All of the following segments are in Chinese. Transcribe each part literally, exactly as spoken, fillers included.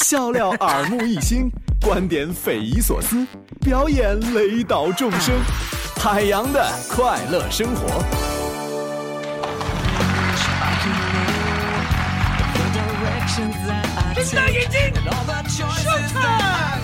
笑料耳目一新，观点匪夷所思，表演雷倒众生，海洋的快乐生活。 睁大眼睛，上菜！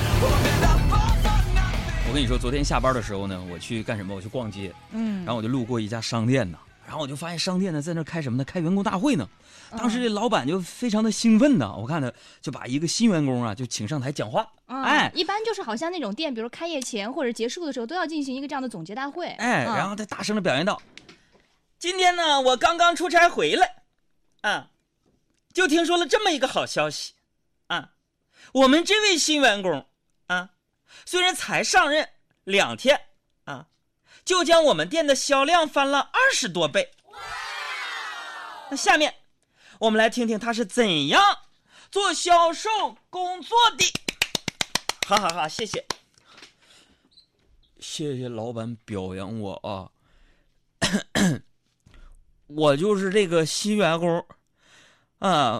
我跟你说，昨天下班的时候呢，我去干什么？我去逛街，嗯，然后我就路过一家商店呢，然后我就发现商店呢在那开什么呢？开员工大会呢。当时这老板就非常的兴奋呢，我看他就把一个新员工啊就请上台讲话。 嗯、 哎， 一般就是好像那种店，比如开业前或者结束的时候都要进行一个这样的总结大会。 哎， 嗯、 然后他大声的表现道：“今天呢，我刚刚出差回来，啊，就听说了这么一个好消息，啊，我们这位新员工啊，虽然才上任两天啊，就将我们店的销量翻了二十多倍。那下面我们来听听他是怎样做销售工作的。”哈哈哈，谢谢，谢谢老板表扬我啊。我就是这个新员工啊，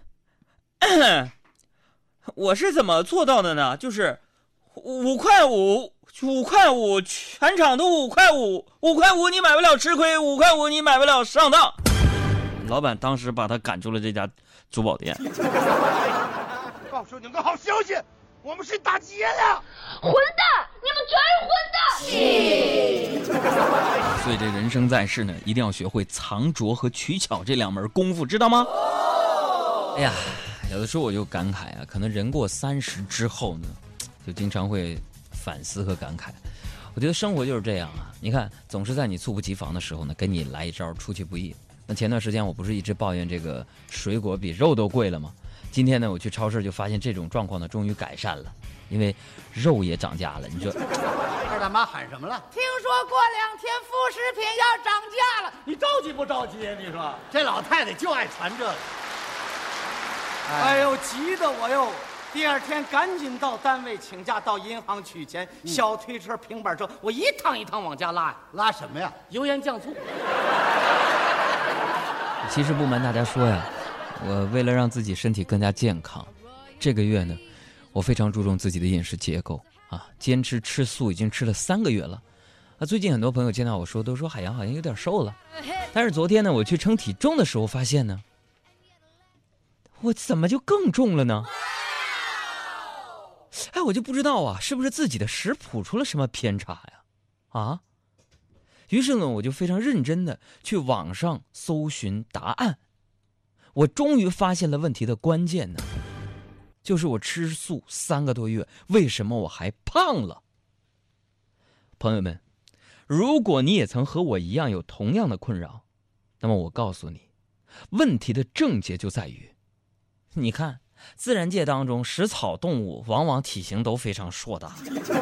我是怎么做到的呢？就是五块五，五块五，全场都五块五，五块五你买不了吃亏，五块五你买不了上当。老板当时把他赶出了这家珠宝店。 告诉你们个好消息，我们是打劫的！ 混蛋！你们全是混蛋！ 所以这人生在世呢，一定要学会藏拙和取巧这两门功夫，知道吗？哎呀，有的时候我就感慨啊，可能人过三十之后呢，就经常会反思和感慨。我觉得生活就是这样啊，你看，总是在你猝不及防的时候呢，给你来一招出其不意。那前段时间我不是一直抱怨这个水果比肉都贵了吗？今天呢，我去超市就发现这种状况呢，终于改善了，因为肉也涨价了。你说， 二大妈喊什么了？ 听说过两天副食品要涨价了， 你着急不着急？你说这老太太就爱传这个。 哎, 哎呦，急得我哟！第二天赶紧到单位请假，到银行取钱。嗯、小推车、平板车，我一趟一趟往家拉呀。 拉什么呀？ 油盐酱醋。 其实不瞒大家说呀，我为了让自己身体更加健康，这个月呢，我非常注重自己的饮食结构啊，坚持吃素已经吃了三个月了。啊，最近很多朋友见到我说，都说海洋好像有点瘦了。但是昨天呢，我去称体重的时候发现呢，我怎么就更重了呢？哎，我就不知道啊，是不是自己的食谱出了什么偏差呀？啊？于是呢，我就非常认真的去网上搜寻答案。我终于发现了问题的关键呢，就是我吃素三个多月，为什么我还胖了？朋友们，如果你也曾和我一样有同样的困扰，那么我告诉你，问题的症结就在于，你看，自然界当中食草动物往往体型都非常硕大。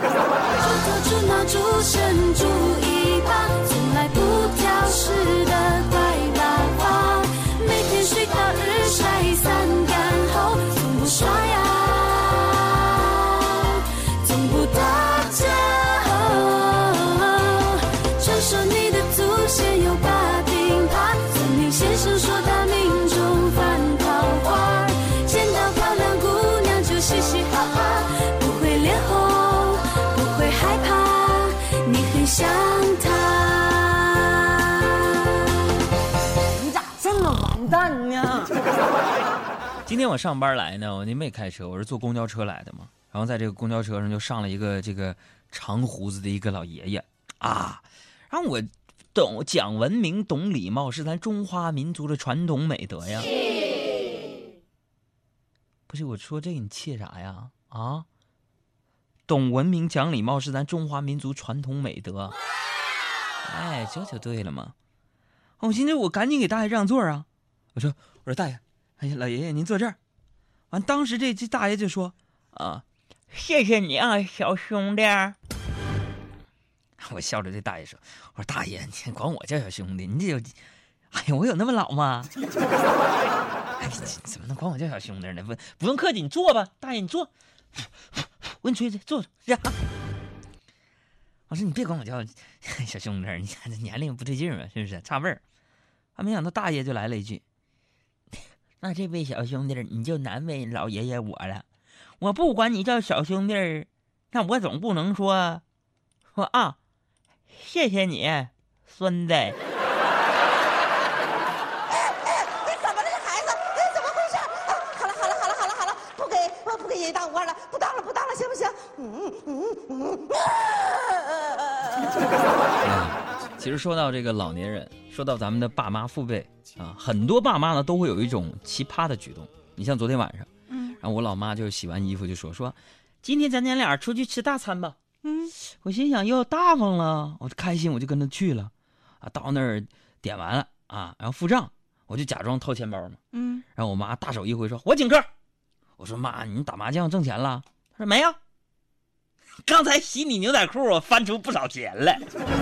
从来不挑食的快爸爸，每天睡到日晒三竿后，从不刷牙，从不打架。传说你的祖先有把柄耙，算命先生说他命中犯桃花，见到漂亮姑娘就嘻嘻哈哈，不会脸红，不会害怕，你很像他。 蛋呢？ 今天我上班来呢，我那没开车，我是坐公交车来的嘛。然后在这个公交车上就上了一个这个长胡子的一个老爷爷啊。然后我懂讲文明、懂礼貌是咱中华民族的传统美德呀。不是我说这个你气啥呀？啊？懂文明、讲礼貌是咱中华民族传统美德。哎，这就对了嘛。我现在我赶紧给大爷让座啊。我说我说大爷，哎呀老爷爷您坐这儿。完当时这这大爷就说啊，谢谢你啊小兄弟。我笑着对大爷说，我说大爷你管我叫小兄弟，你这有哎呀我有那么老吗？哎怎么能管我叫小兄弟呢？不不用客气，你坐吧，大爷你坐。我给你吹吹，坐着。我说你别管我叫小兄弟，你看这年龄不对劲啊，是不是差味儿？还没想到大爷就来了一句， 那这位小兄弟你就难为老爷爷我了。我不管你叫小兄弟，那我总不能说说啊，谢谢你，孙子。 哎哎，你怎么了，这孩子？哎，怎么回事？啊，好了好了好了好了好了，不给我不给爷爷当官了，不当了不当了，行不行？嗯嗯嗯。 其实说到这个老年人，说到咱们的爸妈父辈啊，很多爸妈呢都会有一种奇葩的举动。你像昨天晚上，嗯，然后我老妈就洗完衣服就说说，今天咱娘俩出去吃大餐吧。嗯，我心想又大方了，我就开心，我就跟她去了。啊，到那儿点完了啊，然后付账，我就假装掏钱包嘛。嗯，然后我妈大手一挥说：“我请客。”我说：“妈，你打麻将挣钱了？”她说：“没有。”刚才洗你牛仔裤，我翻出不少钱来。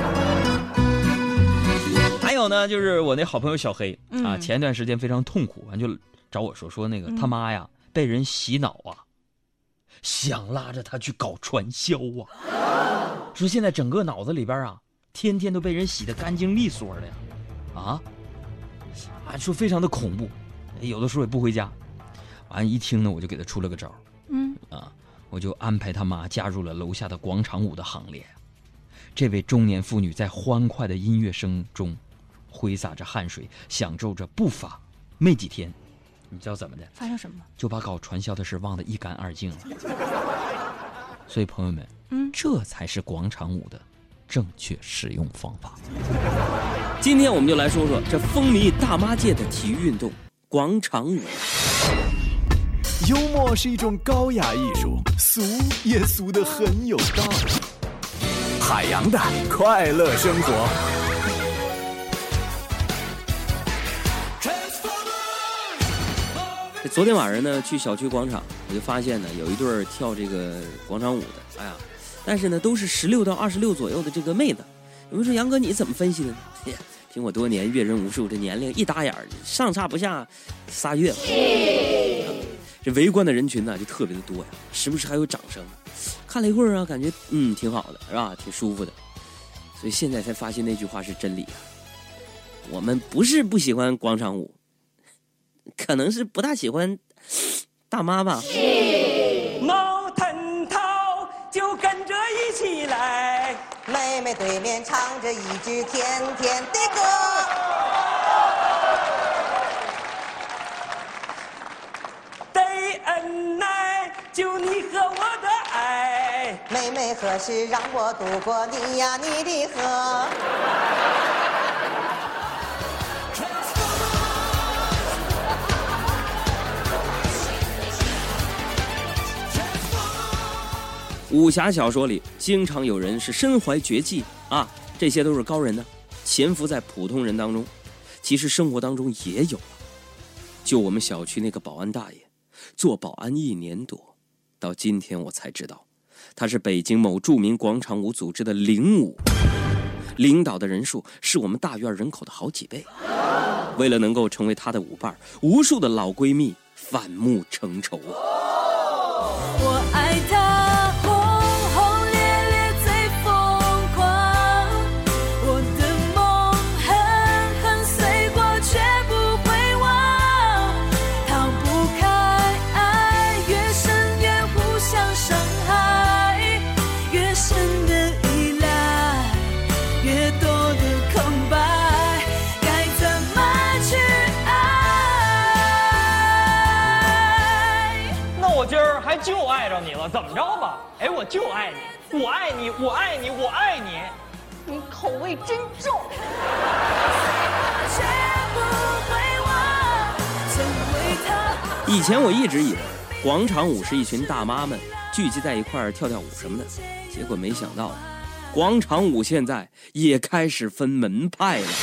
还有呢，就是我那好朋友小黑啊，前一段时间非常痛苦，完就找我说说那个他妈呀被人洗脑啊，想拉着他去搞传销啊，说现在整个脑子里边啊，天天都被人洗得干净利索的呀，啊，啊，说非常的恐怖，有的时候也不回家。完一听呢，我就给他出了个招，嗯啊，我就安排他妈加入了楼下的广场舞的行列。这位中年妇女在欢快的音乐声中挥洒着汗水，享受着步伐，没几天你知道怎么的？ 发生什么？ 就把搞传销的事忘得一干二净了。所以朋友们，嗯，这才是广场舞的正确使用方法。 今天我们就来说说这风靡大妈界的体育运动——广场舞。 幽默是一种高雅艺术，俗也俗得很有道理。海洋的快乐生活。 昨天晚上呢，去小区广场，我就发现呢，有一对跳这个广场舞的，哎呀，但是呢，都是十六到二十六左右的这个妹子。有人说杨哥你怎么分析的呢？哎呀，听我多年阅人无数，这年龄一打眼上差不下仨月。这围观的人群呢就特别的多呀，时不时还有掌声。看了一会儿啊，感觉嗯挺好的，是吧？挺舒服的。所以现在才发现那句话是真理啊。我们不是不喜欢广场舞，可能是不大喜欢大妈吧。 毛腾涛就跟着一起来， 妹妹对面唱着一支甜甜的歌。 得恩爱，就你和我的爱。 妹妹何时让我渡过你呀你的河？ 武侠小说里经常有人是身怀绝技啊，这些都是高人呢，潜伏在普通人当中。其实生活当中也有啊，就我们小区那个保安大爷，做保安一年多，到今天我才知道，他是北京某著名广场舞组织的领舞，领导的人数是我们大院人口的好几倍。为了能够成为他的舞伴，无数的老闺蜜反目成仇啊。 我爱他轰轰烈烈最疯狂，我的梦狠狠碎过却不会忘，逃不开爱，越深越互相伤害，越深的依赖，越多的空白，该怎么去爱？ 那我今儿还就爱着你了，怎么着吧？哎，我就爱你，我爱你，我爱你，我爱你。 你口味真重。 以前我一直以为广场舞是一群大妈们聚集在一块儿跳跳舞什么的，结果没想到广场舞现在也开始分门派了。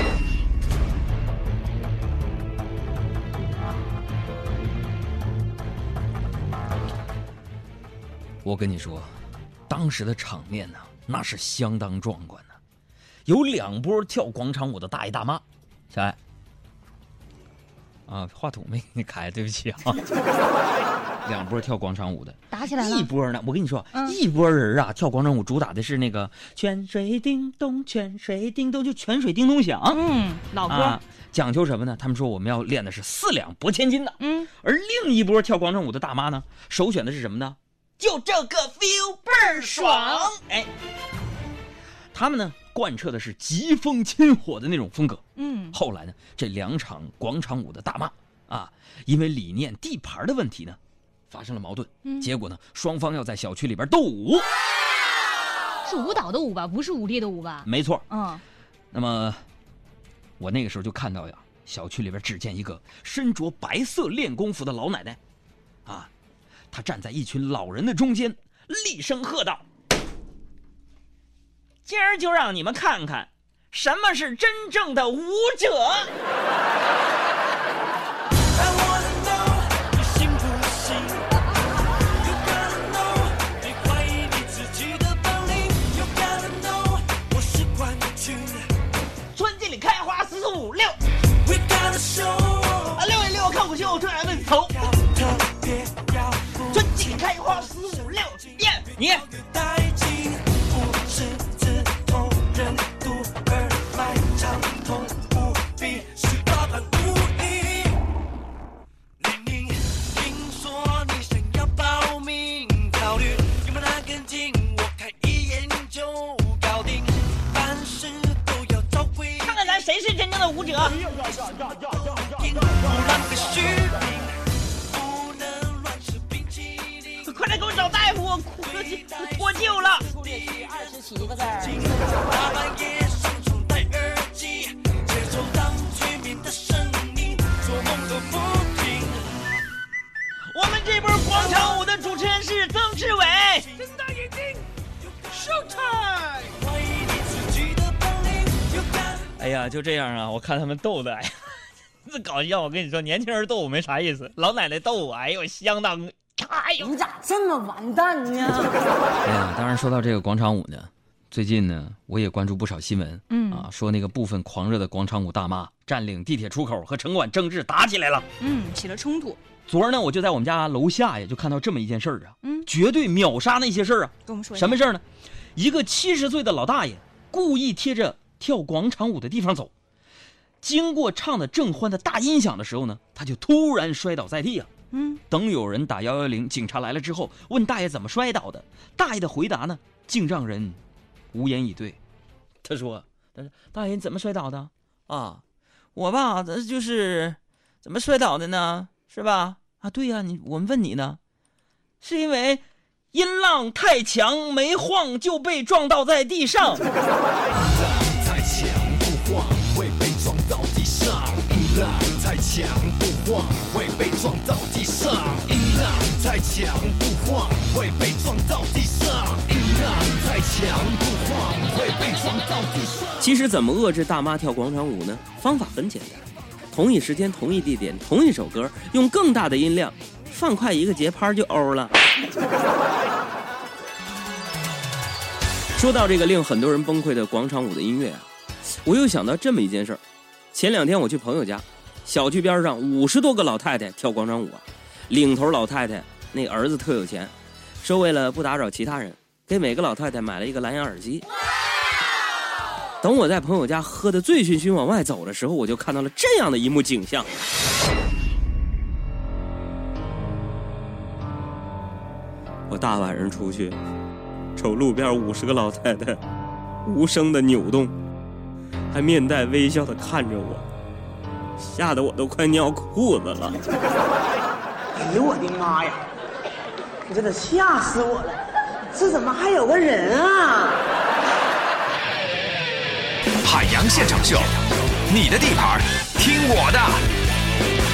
我跟你说，当时的场面呢，那是相当壮观的。有两波跳广场舞的大爷大妈，小爱，啊，话筒没给你开，对不起啊。 两波跳广场舞的， 打起来了。 一波呢，我跟你说， 嗯、 一波人啊跳广场舞，主打的是那个泉水叮咚，泉水叮咚，就泉水叮咚响。 嗯，老歌、 啊，讲究什么呢？他们说我们要练的是四两拨千斤的。 嗯， 而另一波跳广场舞的大妈呢，首选的是什么呢？就这个 feel 倍儿爽。哎，他们呢贯彻的是疾风侵火的那种风格。 嗯， 后来呢，这两场广场舞的大骂啊，因为理念、地盘的问题呢，发生了矛盾。 嗯， 结果呢，双方要在小区里边斗舞。 是舞蹈的舞吧？不是武力的舞吧？ 没错。 嗯。 那么，我那个时候就看到呀，小区里边只见一个身着白色练功服的老奶奶，啊，她站在一群老人的中间，厉声喝道：“今儿就让你们看看，什么是真正的舞者。”村子里开花四五六，啊六一六看不秀，这来问头。村子里开花四五六，耶你。谁是真正的舞者？快来给我找大夫，我哭脱臼了。数列区二十七个字儿。我们这波广场舞的主持人是曾志伟。睁大眼睛 ，Showtime！哎呀，就这样啊！我看他们斗的，哎呀，这搞笑！我跟你说，年轻人斗舞没啥意思，老奶奶斗舞，哎呦，相当，哎呦， 你咋这么完蛋呢？ 哎呀，当然说到这个广场舞呢，最近呢，我也关注不少新闻， 嗯啊，说那个部分狂热的广场舞大妈占领地铁出口和城管争执打起来了， 嗯，起了冲突。 昨儿呢，我就在我们家楼下呀，就看到这么一件事儿啊， 嗯， 绝对秒杀那些事儿啊。 跟我们说什么事儿呢？一个七十岁的老大爷故意贴着跳广场舞的地方走，经过唱的正欢的大音响的时候呢，他就突然摔倒在地啊。 嗯， 等有人打一一零，警察来了之后，问大爷怎么摔倒的，大爷的回答呢，竟让人无言以对。他说：“他说大爷你怎么摔倒的啊？我吧，这就是怎么摔倒的呢？是吧？啊，对呀、啊，你我们问你呢，是因为音浪太强，没晃就被撞倒在地上。” 太强不晃会被撞到地上，音浪太强不晃会被撞到地上，音浪太强不晃会被撞到地上，音浪太强不晃会被撞到地上。 其实怎么遏制大妈跳广场舞呢？方法很简单，同一时间、同一地点、同一首歌，用更大的音量，放快一个节拍就欧了。说到这个令很多人崩溃的广场舞的音乐啊，我又想到这么一件事儿。前两天我去朋友家，小区边上五十多个老太太跳广场舞啊，领头老太太那儿子特有钱，说为了不打扰其他人，给每个老太太买了一个蓝牙耳机。等我在朋友家喝得醉醺醺往外走的时候，我就看到了这样的一幕景象。我大晚上出去，瞅路边五十个老太太无声的扭动，还面带微笑的看着我，吓得我都快尿裤子了。 哎呦我的妈呀！我真的吓死我了！这怎么还有个人啊？ 海洋现场秀，你的地盘，听我的。